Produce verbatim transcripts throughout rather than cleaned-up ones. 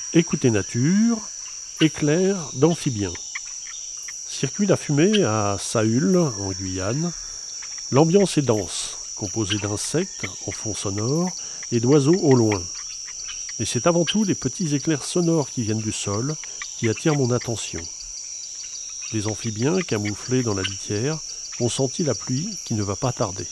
Écoutez Nature, éclair d'amphibiens. Circuit la fumée à Sahuls, en Guyane. L'ambiance est dense, composée d'insectes en fond sonore et d'oiseaux au loin. Et c'est avant tout les petits éclairs sonores qui viennent du sol qui attirent mon attention. Les amphibiens, camouflés dans la litière, ont senti la pluie qui ne va pas tarder.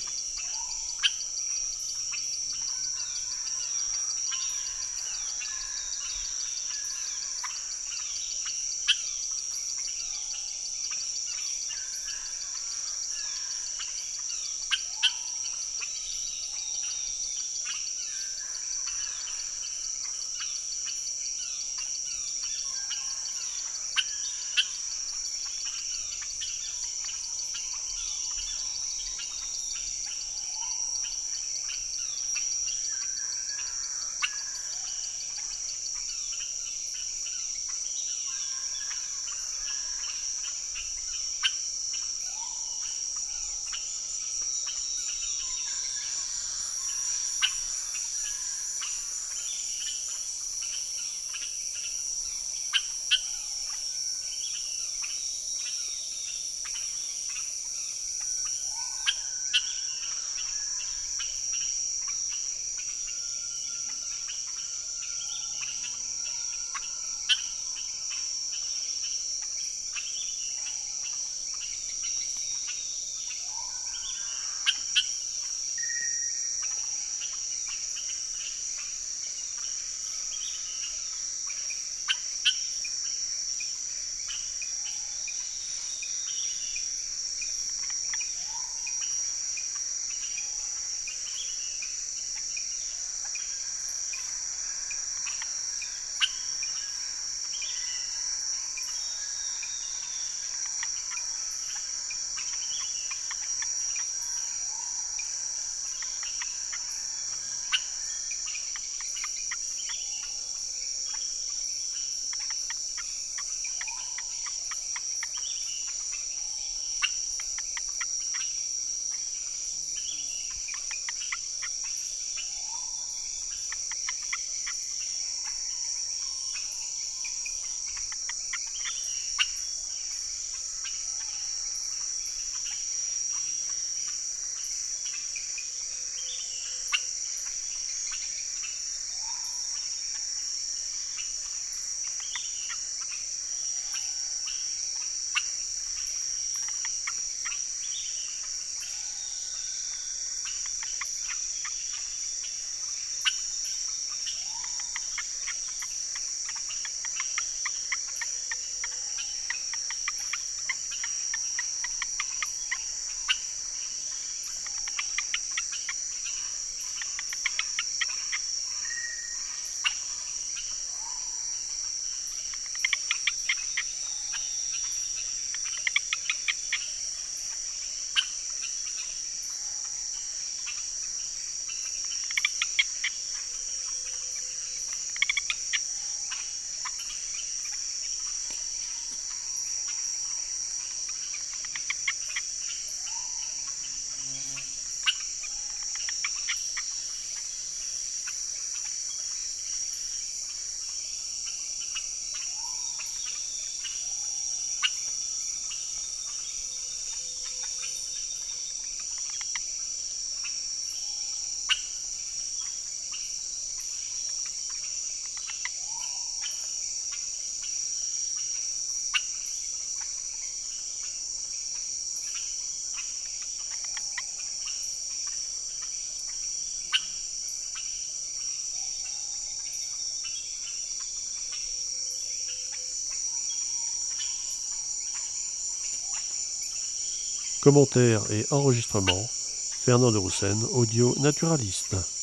Commentaires et enregistrements, Fernand de Roussen, audio naturaliste.